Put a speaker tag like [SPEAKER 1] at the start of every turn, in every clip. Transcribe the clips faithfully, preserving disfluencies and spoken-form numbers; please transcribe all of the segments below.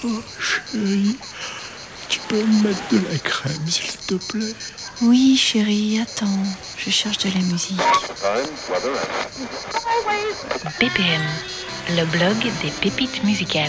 [SPEAKER 1] Oh, chérie, tu peux me mettre de la crème, s'il te plaît?
[SPEAKER 2] Oui, chérie, attends, je cherche de la musique.
[SPEAKER 3] B P M, le blog des pépites musicales.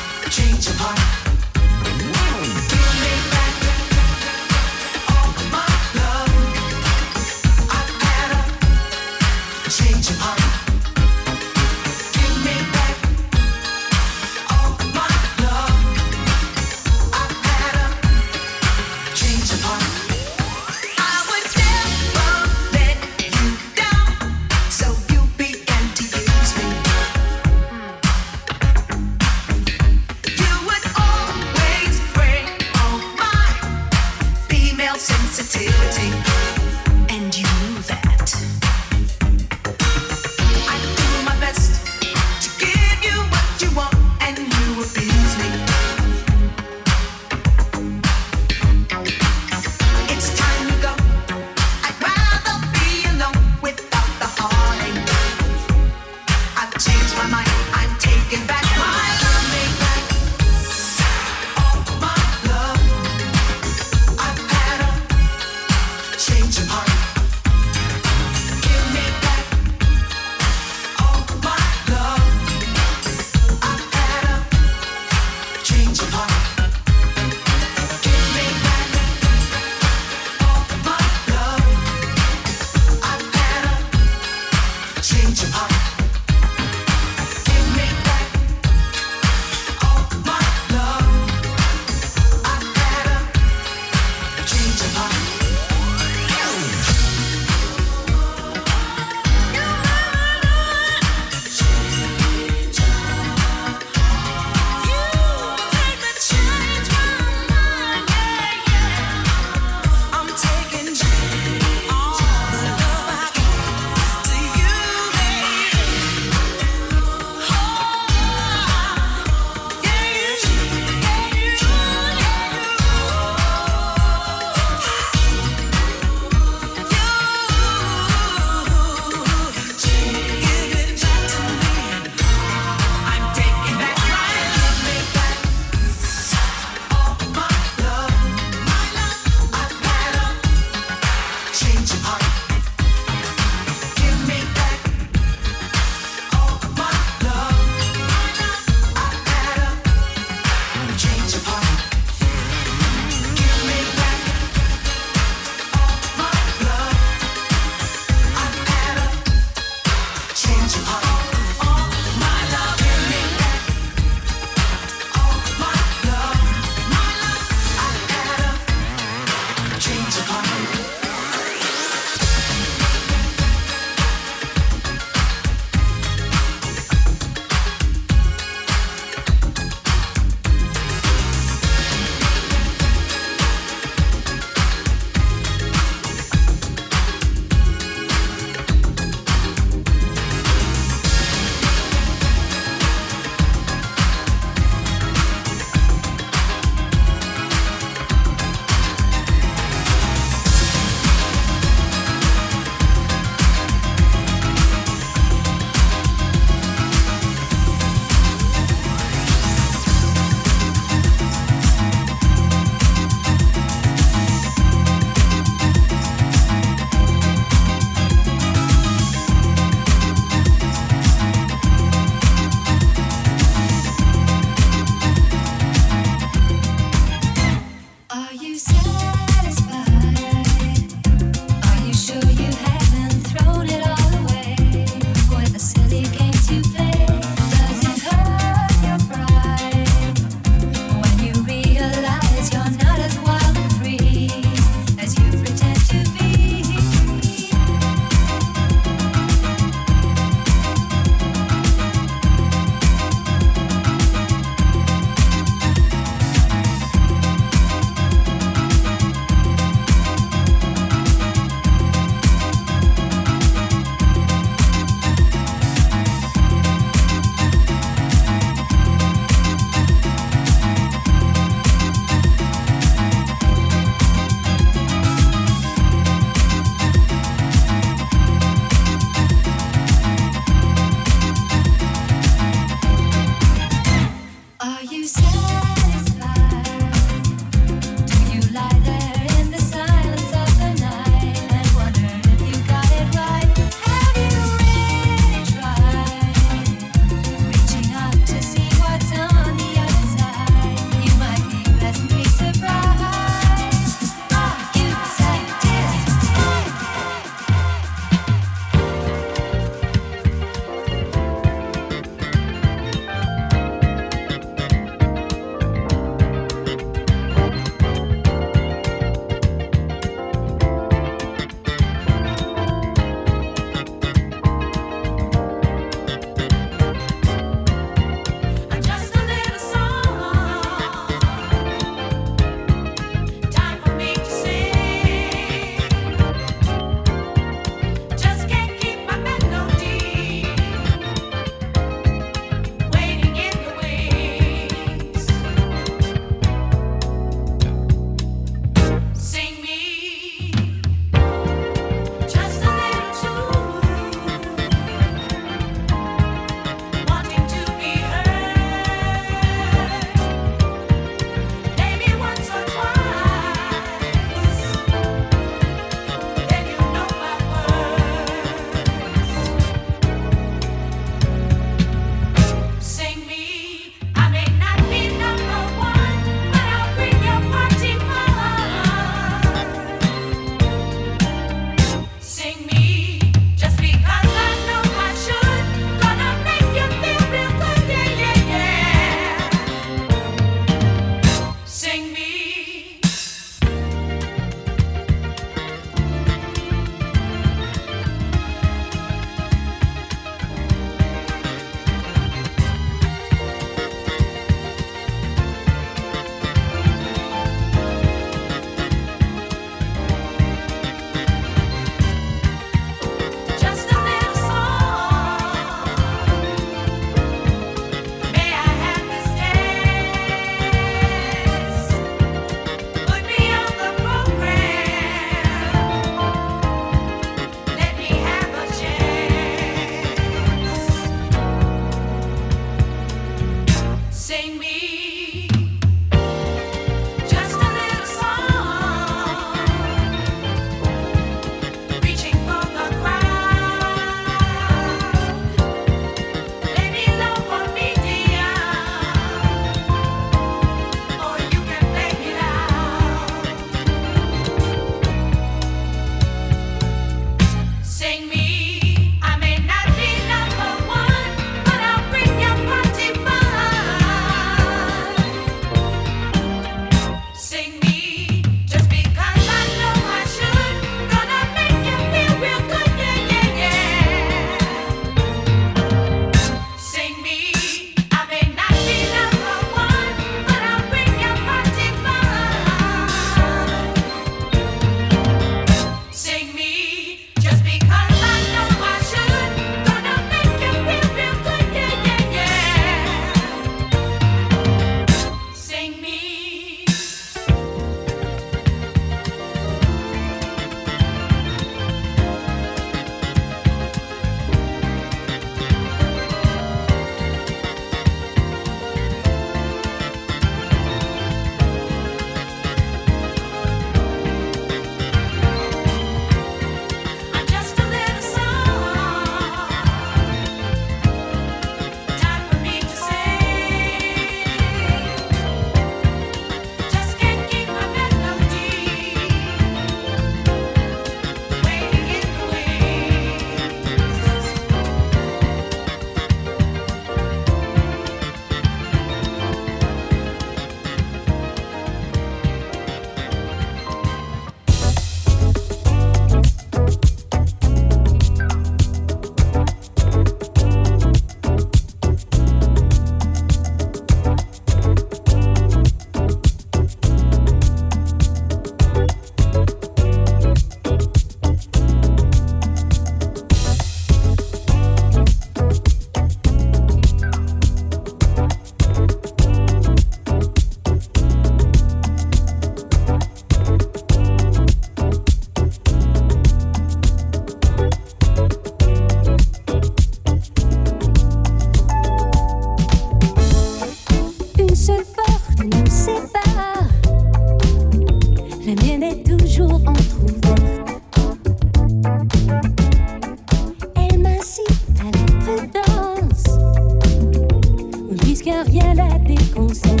[SPEAKER 4] qu'un rien la déconcerte.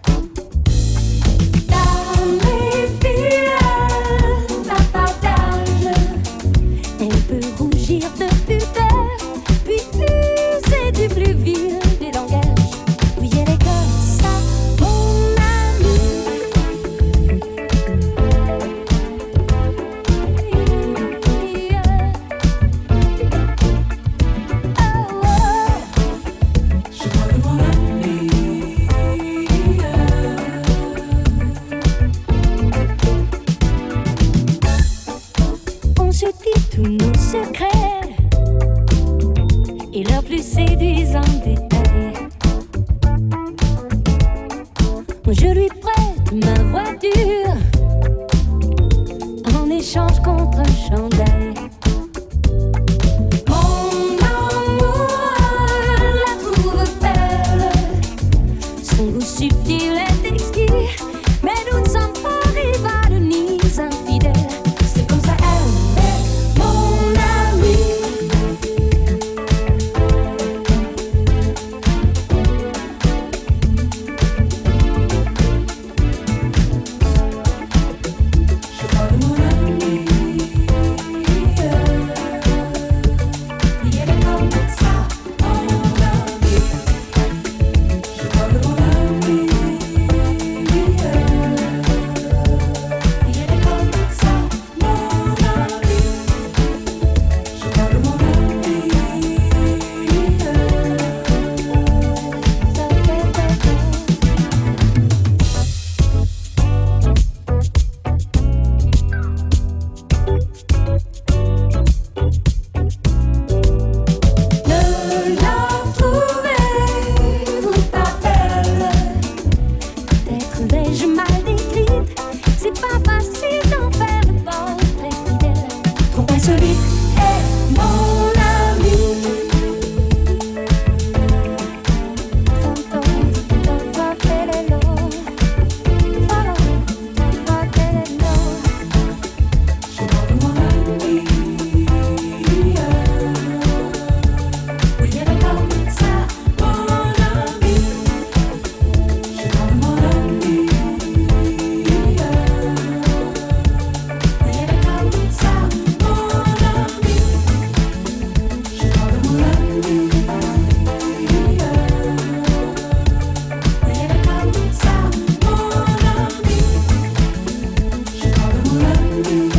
[SPEAKER 4] Dans les filles, la partage, elle peut rougir de pudeur, puis user du plus vil des langages. Oui, elle est comme ça, mon amie. Oh, oh. Je parle de mon amie. On se dit tous nos secrets et leurs plus séduisants détails. Je lui prête ma voiture en échange contre un chandail. Mon amour la trouve belle, son goût subtil est exquis, mais nous ne sommes pas rivales ni infidèles. C'est comme ça elle est mon amie. Je parle de mon amie. Oui, elle est comme ça, mon amie. Je parle de mon amie. Oui, elle est comme ça, mon amie. Je parle de mon amie. Ne la trouvez-vous pas belle? Peut-être vais-je mal décrite, c'est pas facile d'en faire le portrait fidèle. Trop insolite est mon ami. Je parle de mon ami. Oui, elle est comme ça, mon ami. Je parle de mon ami. Oui, elle est comme ça, mon ami. Je parle de mon ami. Oui, elle est comme ça, mon ami. Je parle de mon ami.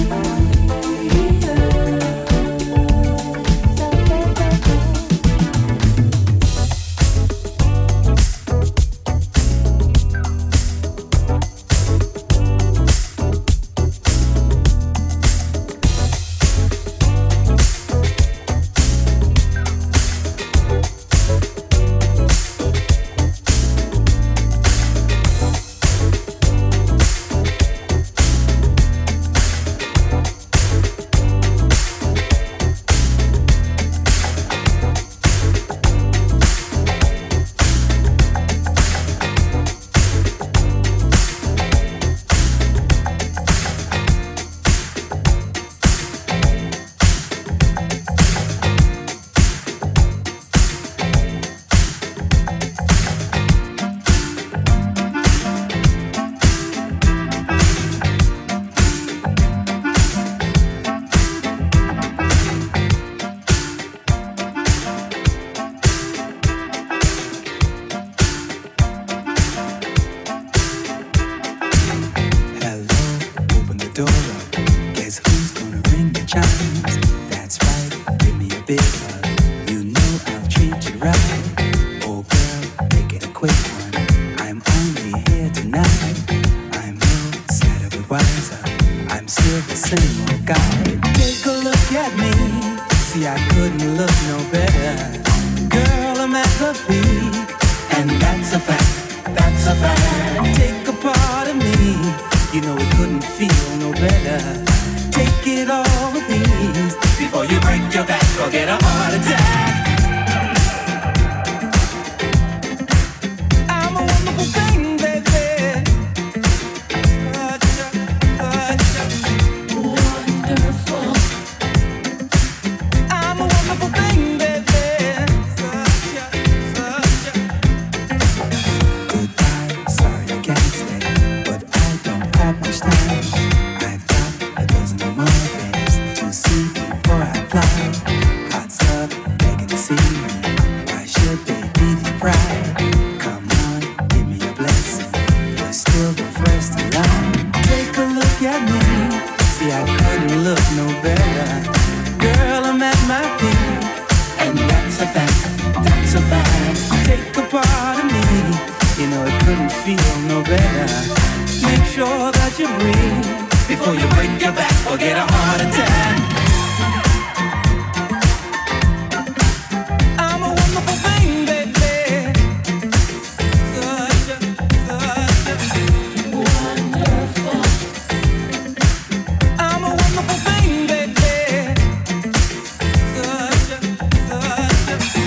[SPEAKER 5] Hello, open the door up. Guess who's gonna ring the chimes? That's right, give me a big hug. You know I'll treat you right. Oh girl, make it a quick one. I'm only here tonight. I'm no sadder but wiser. I'm still the same old guy. Take a look at me. See, I couldn't look no better. Girl, I'm at the peak, and that's a fact. That's a fact. Take a part of me. You know it couldn't feel no better. Take it all with ease before you break your back or get a heart attack. I'm a wonderful thing, baby. Wonderful. I'm a wonderful thing, baby. Such a, such a crowd. Hot stuff, begging to see me. Why should they be deprived? Come on, give me a blessing. You're still the first in line. Take a look at me. See, I couldn't look no better. Girl, I'm at my peak, and that's a fact, that's a fact. Take a part of me, you know it couldn't feel no better. Make sure that you breathe before you break your back or get a heart attack. I'm a wonderful thing, baby. Such a, such a wonderful. I'm a wonderful thing, baby. Such a, such a.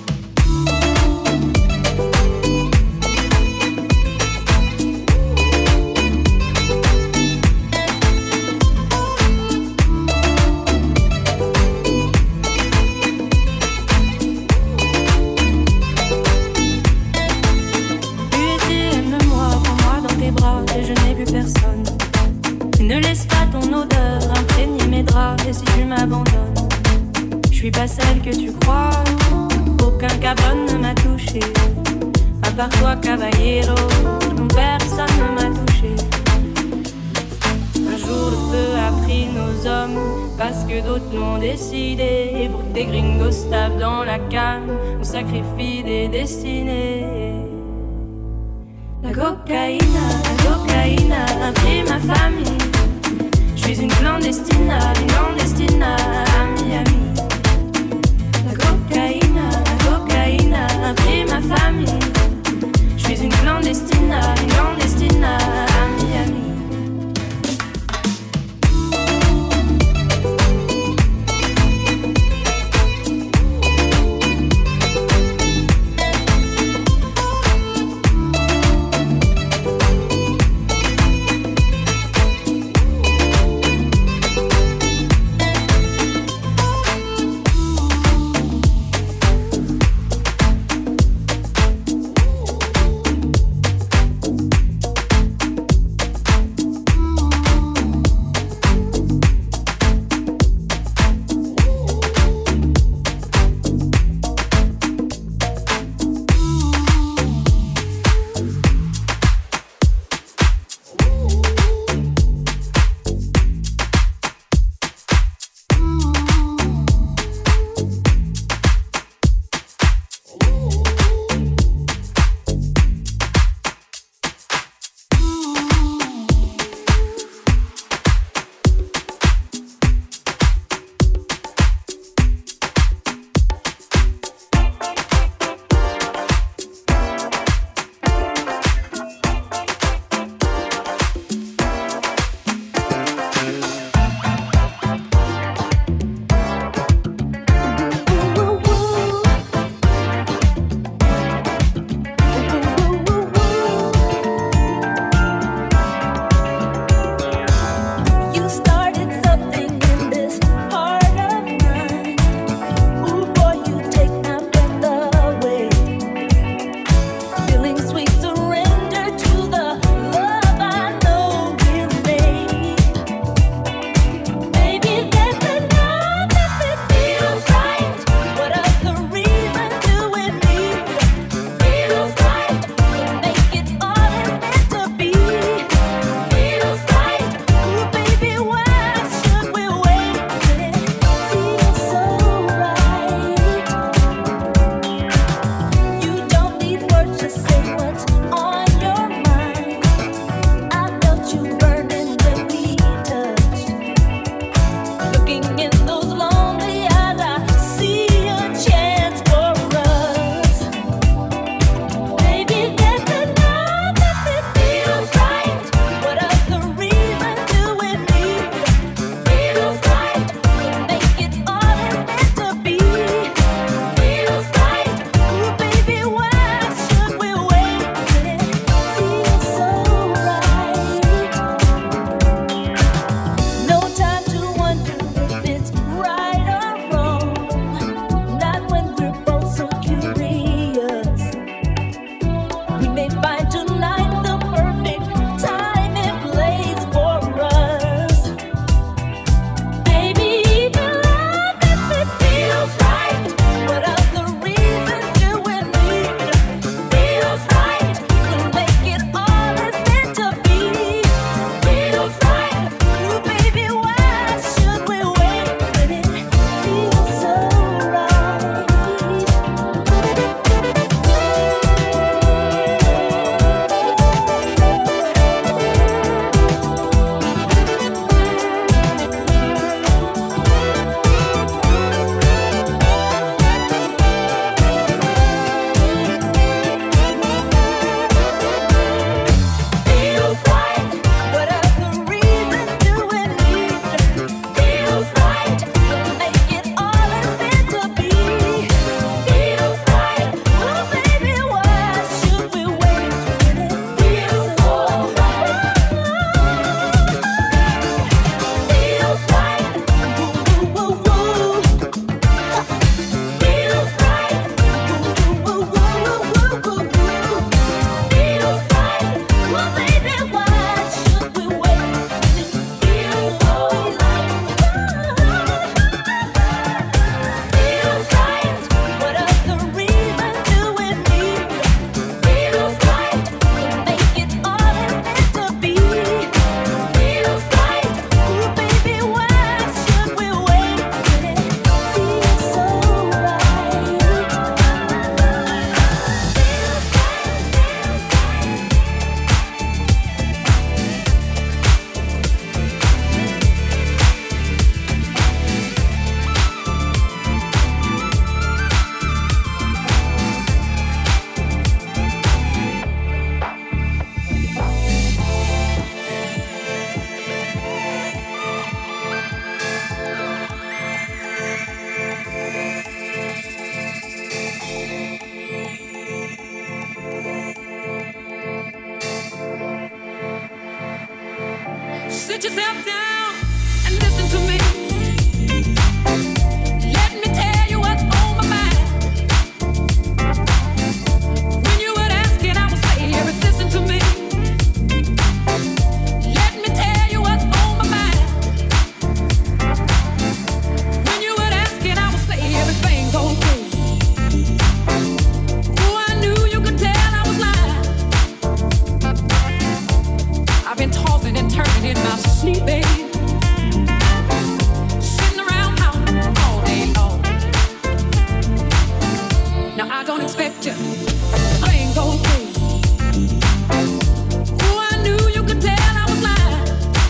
[SPEAKER 4] Miami.
[SPEAKER 6] tes bras et je n'ai plus personne. Et ne laisse pas ton odeur imprégner mes draps. Et si tu m'abandonnes, je suis pas celle que tu crois. Aucun cabane ne m'a touché, à part toi, caballero, dont personne ne m'a touché. Un jour le feu a pris nos hommes, parce que d'autres l'ont décidé. Et pour que des gringos tapent dans la canne, on sacrifie des destinées. La cocaïne, la cocaïne a pris ma famille. Je suis une clandestine, une clandestine à Miami. La cocaïne, la cocaïne a pris ma famille. Je suis une clandestine, une clandestine à Miami.
[SPEAKER 7] sit yourself down and listen to me. Let me tell you what's on my mind. When you would ask it, I would say, here, listen to me. Let me tell you what's on my mind. When you would ask it, I would say, everything's okay. Oh, I knew you could tell I was lying. I've been tossing and turning in my sleep, baby. Sitting around house all day long. Now I don't expect you. Things okay. Oh, I knew you could tell I was lying.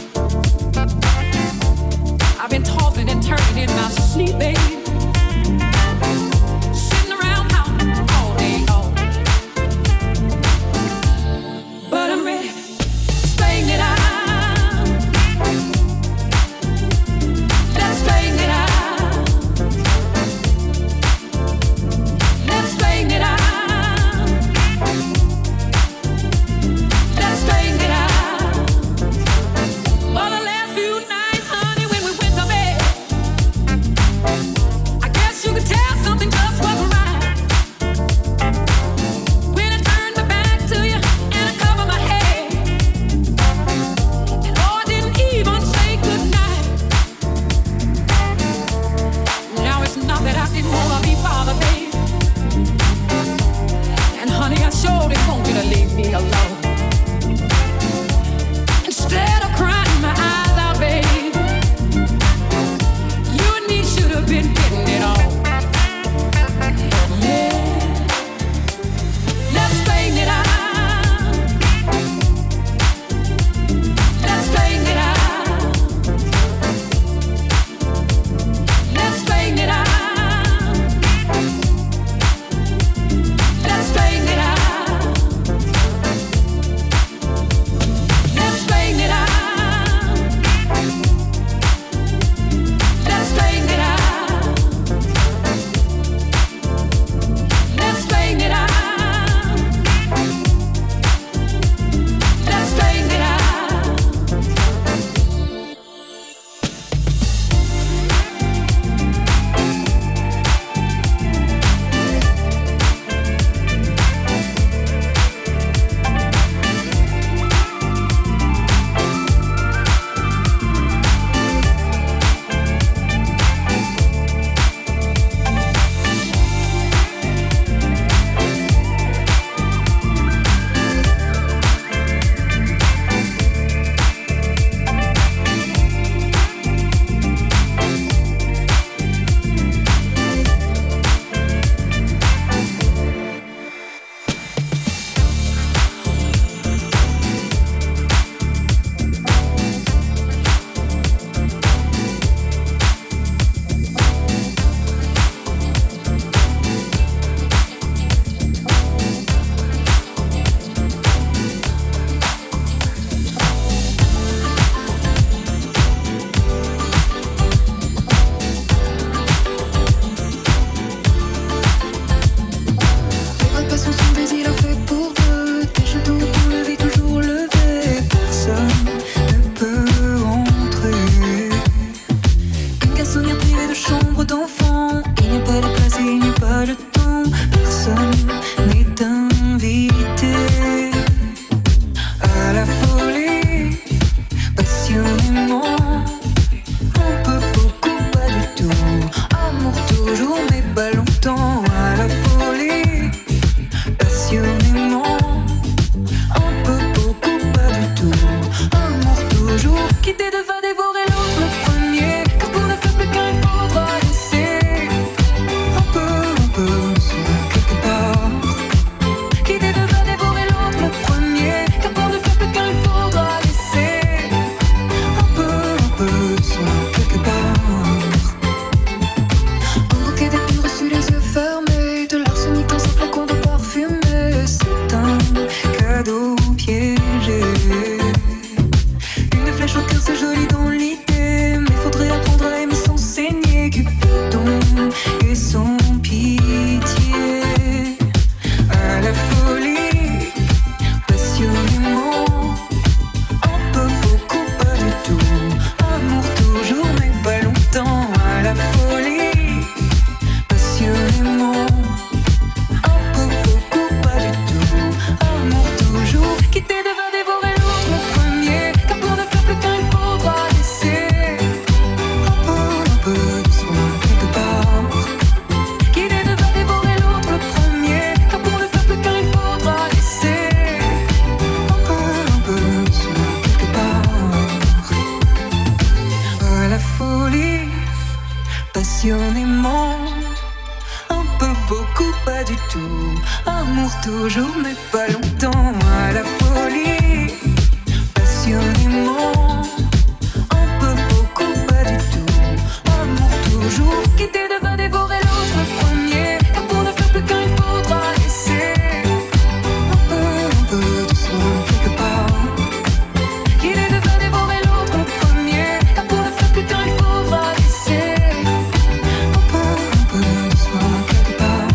[SPEAKER 7] I've been tossing and turning in my sleep, baby. Sitting around house all day long. But I'm ready. Straighten it out. Let's straighten it out. Let's straighten it out. Let's straighten it out. For the last few nights, honey, when we went to bed, I guess you could tell something just wasn't right. When I turned my back to you and I covered my head, and oh, I didn't even say goodnight. Now it's not that I didn't wanna be bothered, babe. And honey, I sure didn't want you to leave me alone. Instead of crying my eyes out, babe, you and me should have been getting it on. Yeah. Let's straighten it out. Let's straighten it out. Let's straighten it out. Let's straighten it out. Let's straighten it out. Let's straighten it out. Let's straighten it out. Let's straighten it out.
[SPEAKER 8] Les passions sont des îles faites pour deux. Des genoux pour lever, toujours lever. Personne ne peut entrer. Une garçonnière privée de chambre d'enfant. Il n'y a pas de place et il n'y a pas de temps. Personne n'est invité à la folie. Passionnément, on peut beaucoup, pas du tout. Amour toujours, mais pas longtemps. À la folie, passionnément, on peut beaucoup, pas du tout. Amour toujours, quitter de va dévorer l'autre le premier. Car pour ne faire plus qu'un, il faudra laisser un peu, un peu de soi quelque part. Quitter de va dévorer l'autre le premier. Car pour ne faire plus qu'un, il faudra laisser un peu, un peu de soi quelque part. Un bouquet d'épines reçues, les yeux fermés. De l'arsenic dans un flacon de parfumé. C'est un cadeau piégé. Une flèche au cœur, c'est joli tout. Amour toujours, mais pas longtemps. À la folie, passionnément. Un peu, beaucoup, pas du tout. Amour toujours, quitter de va dévorer l'autre le premier. Car pour ne faire plus qu'un, il faudra laisser un peu, un peu de soin quelque part. Quitter de va dévorer l'autre le premier. Car pour ne faire plus qu'un, il faudra laisser un peu, un peu de soin quelque part.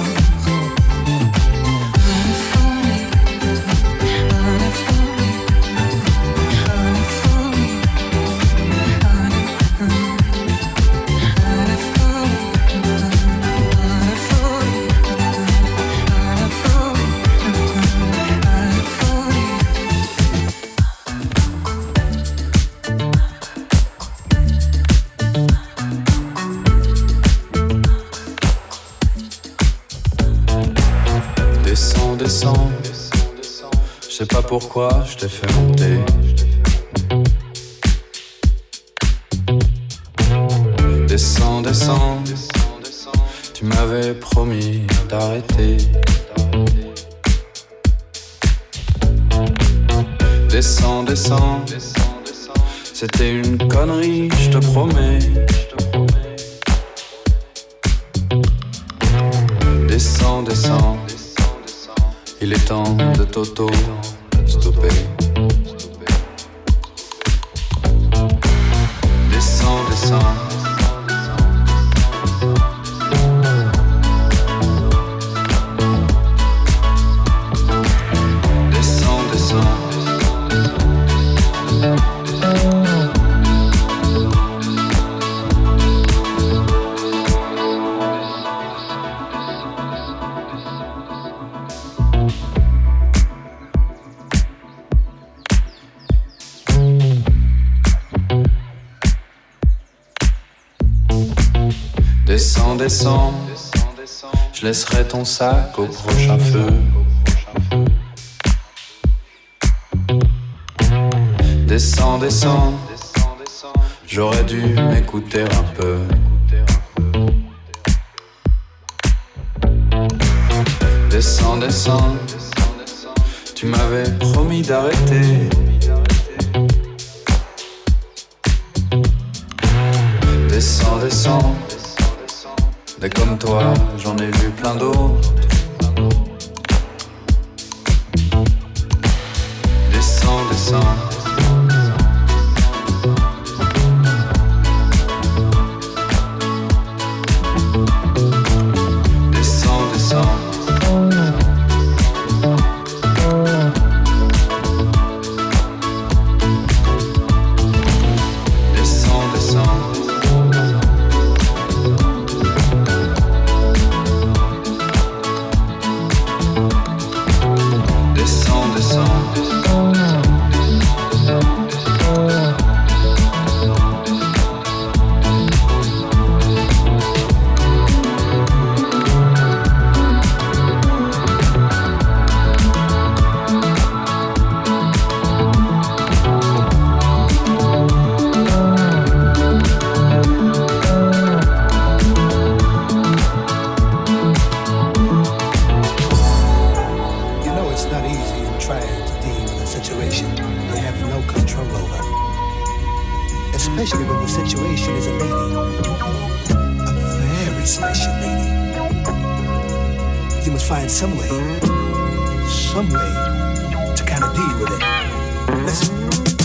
[SPEAKER 9] Descends, descends, je sais pas pourquoi je t'ai fait monter. Descends, descends, tu m'avais promis d'arrêter. Descends, descends, c'était une connerie, je te promets. Descends, descends, il est temps de t'auto-stopper. Descends, descends. Descends, descends. Descends, descends, je laisserai ton sac au prochain feu. Descends, descends, j'aurais dû m'écouter un peu. Descends, descends, tu m'avais promis d'arrêter. Descends, descends, des comme toi, j'en ai vu plein d'autres. Descends, descends. Descends, descends. Descends, descends.
[SPEAKER 10] Especially when the situation is a lady, a very special lady. You must find some way, some way to kind of deal with it. Listen.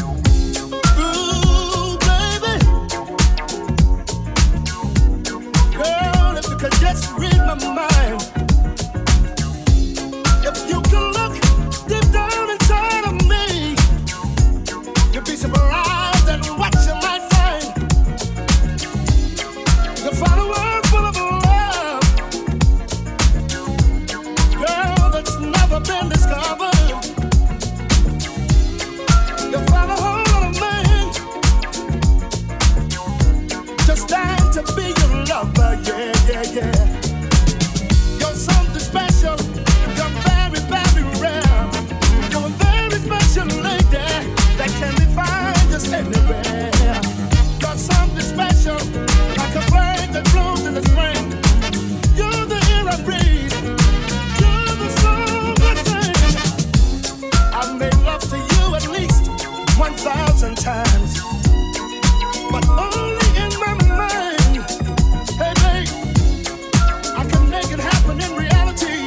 [SPEAKER 10] Ooh, baby, girl, if you could just read my mind, if you could look deep down inside of me, you'd be surprised at what you might find. You'll find a world full of love, girl, that's never been discovered. thousand times, but only in my mind. Hey, babe, I can make it happen in reality.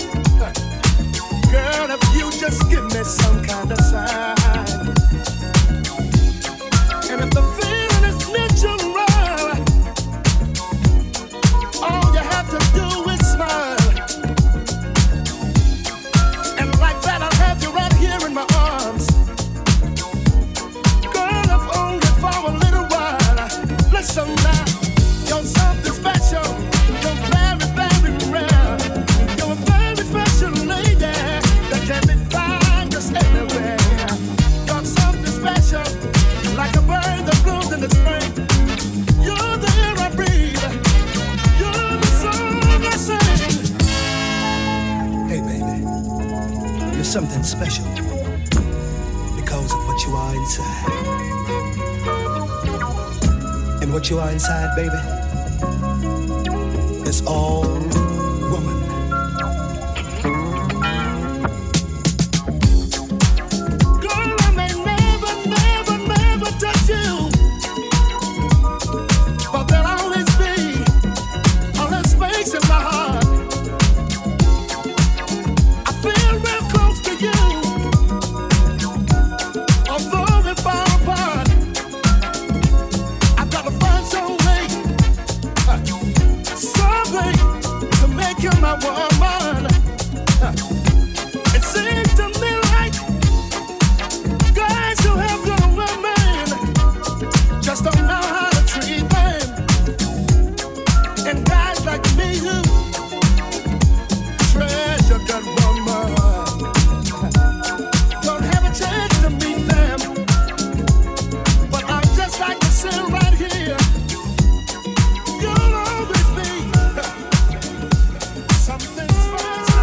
[SPEAKER 10] Girl, if you just give me some kind of sign, and if the feeling is mutual, all you have to do is smile, and like that I'll have you right here in my arms. Girl, if only for a little while. Listen now, you're something special. You're very, very rare. You're a very special lady that can be found just anywhere. You're something special, like a bird that blooms in the spring. You're the air I breathe. You're the song I sing. Hey, baby, you're something special because of what you are inside. And what you are inside, baby, is all woman. Girl, I may never, never, never touch you, but there'll always be all that space in my heart. I feel real close to you, although we're far apart. I've got to find some way, uh, some way to make you my woman. Uh, It seems to me like guys who have good women just don't know how to treat them, and guys like me who treasure good woman don't have a chance to meet them. But I just like to sit right here. You'll always be something special.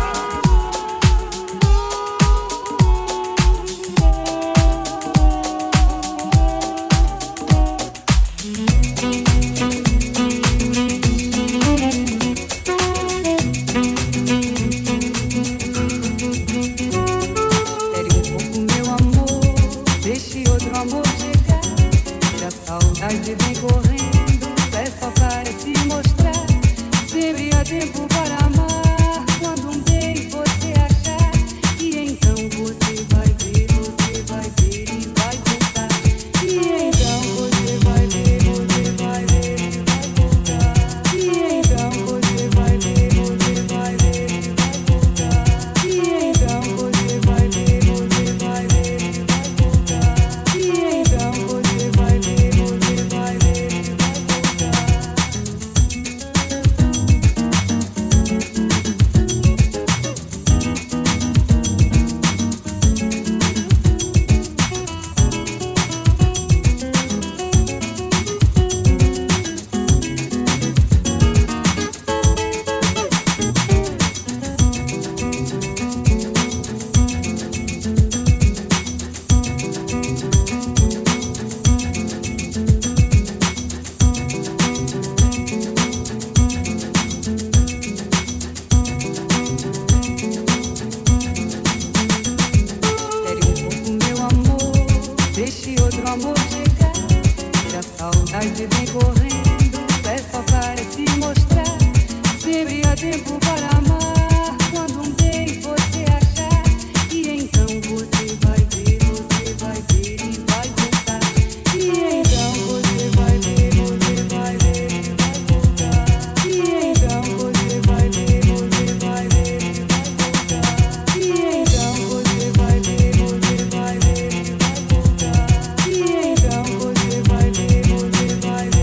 [SPEAKER 8] Espere um pouco, meu amor, deixe outro amor chegar. Se a saudade vem correndo, é só para se mostrar. Sempre há tempo para amar, quando um bem você achar. E então você vai ver, você vai ver e vai voltar. E então você vai ver, você vai ver e vai voltar. E então você vai ver, você vai ver e vai voltar. E então você vai ver, você vai ver e vai voltar. E então você vai ver, você vai ver e vai Espere um pouco, meu amor, deixe outro amor chegar. Se a saudade vem correndo, é só para se mostrar. Sempre há tempo para amar, quando um bem você achar. E então você vai ver, você vai ver e vai voltar. E então você vai ver, você vai ver e vai voltar. E então você vai ver, você vai ver e vai voltar. E então você vai ver, você vai ver e vai voltar. E então você vai ver, você vai ver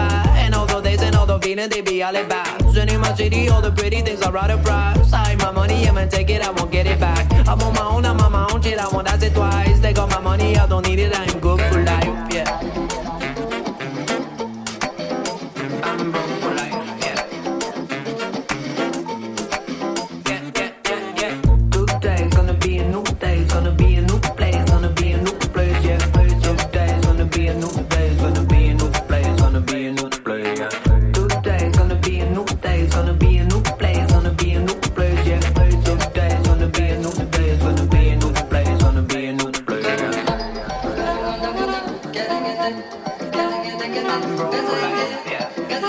[SPEAKER 11] fight. And all the days and all the feeling, they be all about. In my city, all the pretty things I rather price. I ain't my money, I'ma take it, I won't get it back. I'm on my own, I'm on my own shit, I won't ask it twice. They got my money, I don't need it, I'm good for life, yeah. I'm broke for life, yeah. Yeah, yeah, yeah, yeah. Today's gonna be a new day, it's gonna be a new place, gonna be a new place, yeah. Today's gonna be a new day, it's gonna be a new place, gonna be a new place, yeah. Today's gonna be a new day, it's gonna be a new place, gonna be a new place, yeah. Today's gonna be a new day, it's gonna be a new place, gonna be a new place, yeah. I'm broke for life, yeah.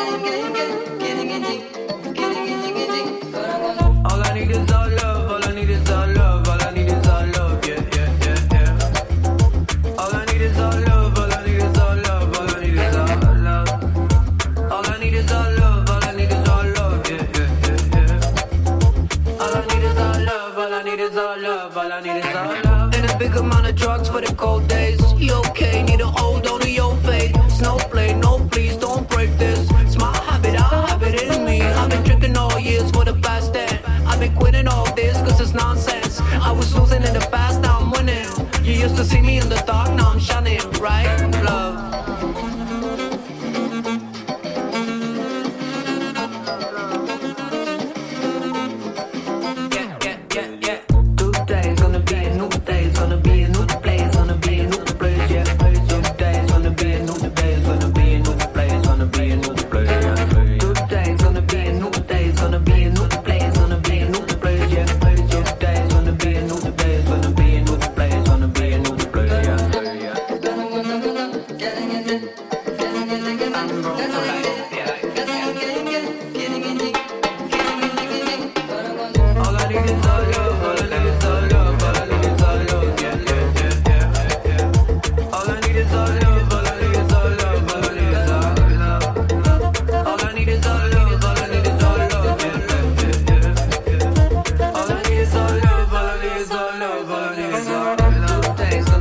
[SPEAKER 11] All I need is all love, all I need is all love, all I need is all love, yeah, yeah, yeah, yeah. All I need is all love, all I need is all love, all I need is all love. All I need is all love, all I need is all love, yeah, yeah, yeah, yeah. All I need is all love, all I need is all love, all I need is all love. And a big amount of drugs for the cold days. You okay? Need a hold on to your faith. Snowflake, no please, don't break this. It's my habit, I have it in me. I've been drinking all years for the past ten. I've been quitting all this cause it's nonsense. I was losing in the past, now I'm winning. You used to see me in the dark, now I'm shining, right? Love.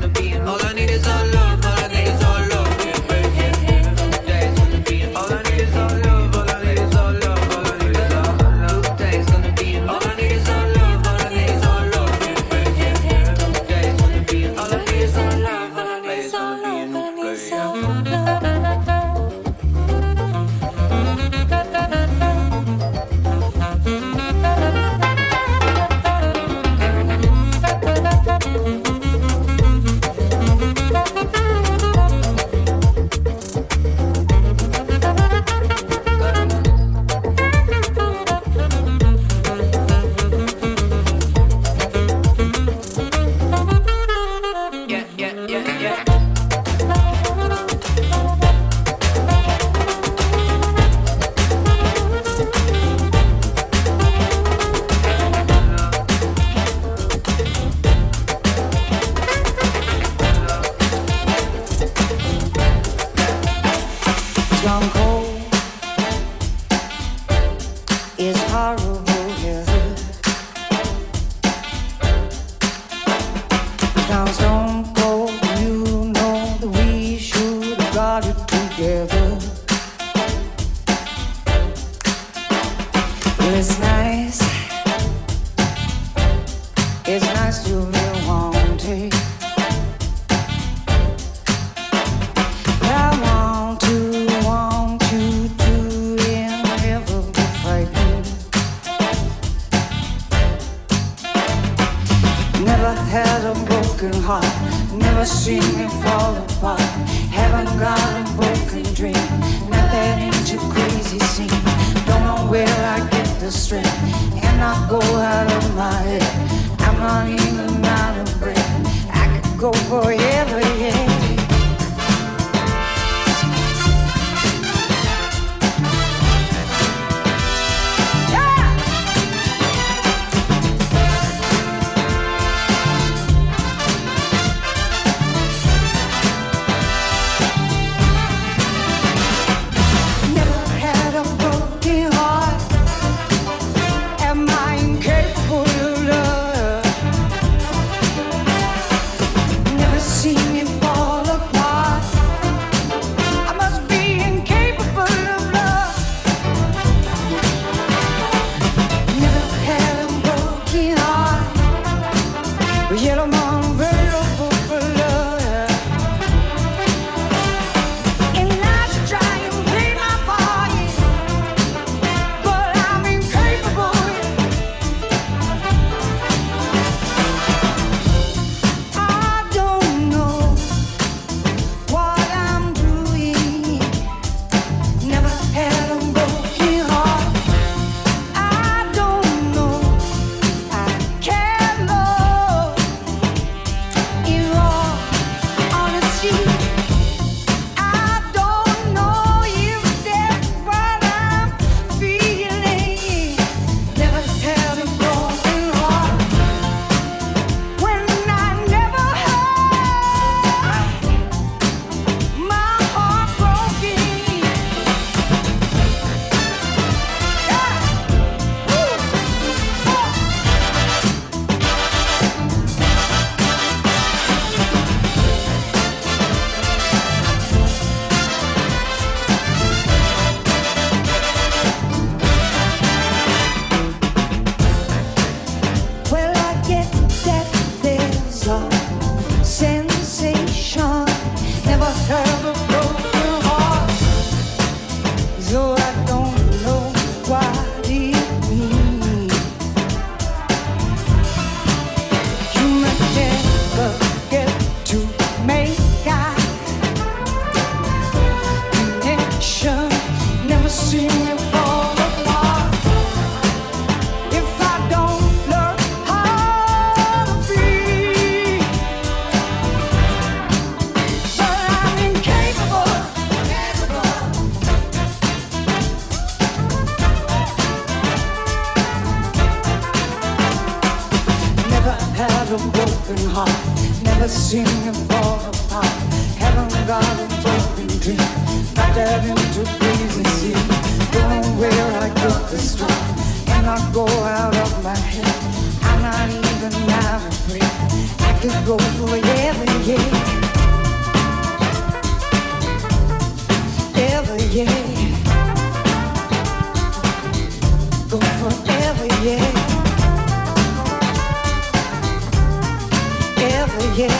[SPEAKER 11] All I need is
[SPEAKER 8] see me fall apart if I don't learn how to be. But I'm incapable, never had a broken heart, never seen me fall apart. Haven't got a broken dream, not that into breezy sea. Going where I get the strength, and I go out of my head. I'm not even out of breath. I could go forever, yeah, ever, yeah. Go forever, yeah, ever, yeah.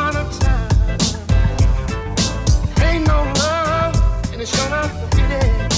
[SPEAKER 12] Show enough for today.